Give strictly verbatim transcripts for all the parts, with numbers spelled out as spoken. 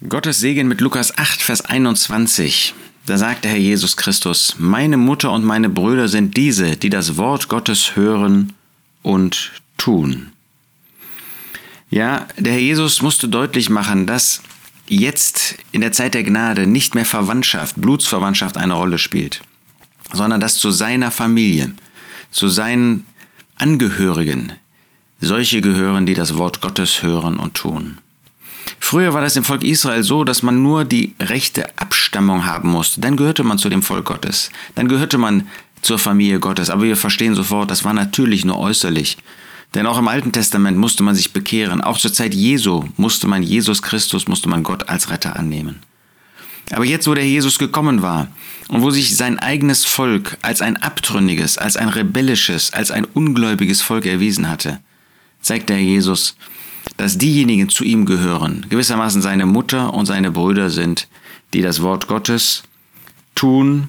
Gottes Segen mit Lukas acht, Vers einundzwanzig. Da sagt der Herr Jesus Christus: Meine Mutter und meine Brüder sind diese, die das Wort Gottes hören und tun. Ja, der Herr Jesus musste deutlich machen, dass jetzt in der Zeit der Gnade nicht mehr Verwandtschaft, Blutsverwandtschaft eine Rolle spielt, sondern dass zu seiner Familie, zu seinen Angehörigen solche gehören, die das Wort Gottes hören und tun. Früher war das im Volk Israel so, dass man nur die rechte Abstammung haben musste. Dann gehörte man zu dem Volk Gottes. Dann gehörte man zur Familie Gottes. Aber wir verstehen sofort, das war natürlich nur äußerlich. Denn auch im Alten Testament musste man sich bekehren. Auch zur Zeit Jesu musste man Jesus Christus, musste man Gott als Retter annehmen. Aber jetzt, wo der Jesus gekommen war und wo sich sein eigenes Volk als ein abtrünniges, als ein rebellisches, als ein ungläubiges Volk erwiesen hatte, zeigt der Jesus, dass diejenigen zu ihm gehören, gewissermaßen seine Mutter und seine Brüder sind, die das Wort Gottes tun,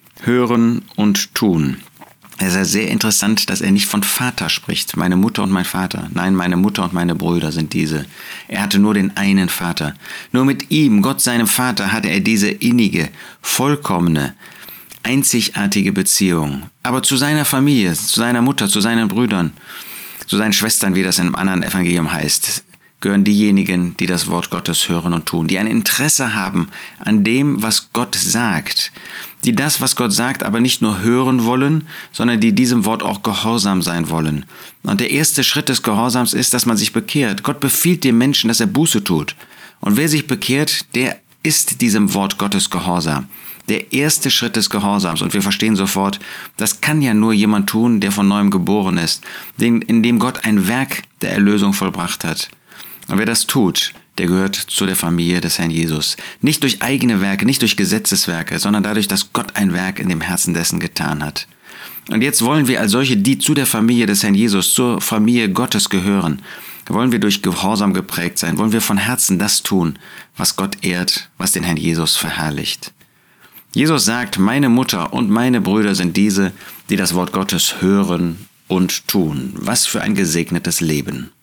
hören und tun. Es ist ja sehr interessant, dass er nicht von Vater spricht, meine Mutter und mein Vater. Nein, meine Mutter und meine Brüder sind diese. Er hatte nur den einen Vater. Nur mit ihm, Gott seinem Vater, hatte er diese innige, vollkommene, einzigartige Beziehung. Aber zu seiner Familie, zu seiner Mutter, zu seinen Brüdern, zu seinen Schwestern, wie das in einem anderen Evangelium heißt, gehören diejenigen, die das Wort Gottes hören und tun, die ein Interesse haben an dem, was Gott sagt, die das, was Gott sagt, aber nicht nur hören wollen, sondern die diesem Wort auch gehorsam sein wollen. Und der erste Schritt des Gehorsams ist, dass man sich bekehrt. Gott befiehlt dem Menschen, dass er Buße tut. Und wer sich bekehrt, der ist diesem Wort Gottes gehorsam. Der erste Schritt des Gehorsams. Und wir verstehen sofort, das kann ja nur jemand tun, der von neuem geboren ist, in dem Gott ein Werk der Erlösung vollbracht hat. Und wer das tut, der gehört zu der Familie des Herrn Jesus. Nicht durch eigene Werke, nicht durch Gesetzeswerke, sondern dadurch, dass Gott ein Werk in dem Herzen dessen getan hat. Und jetzt wollen wir als solche, die zu der Familie des Herrn Jesus, zur Familie Gottes gehören, wollen wir durch Gehorsam geprägt sein, wollen wir von Herzen das tun, was Gott ehrt, was den Herrn Jesus verherrlicht. Jesus sagt, meine Mutter und meine Brüder sind diese, die das Wort Gottes hören und tun. Was für ein gesegnetes Leben.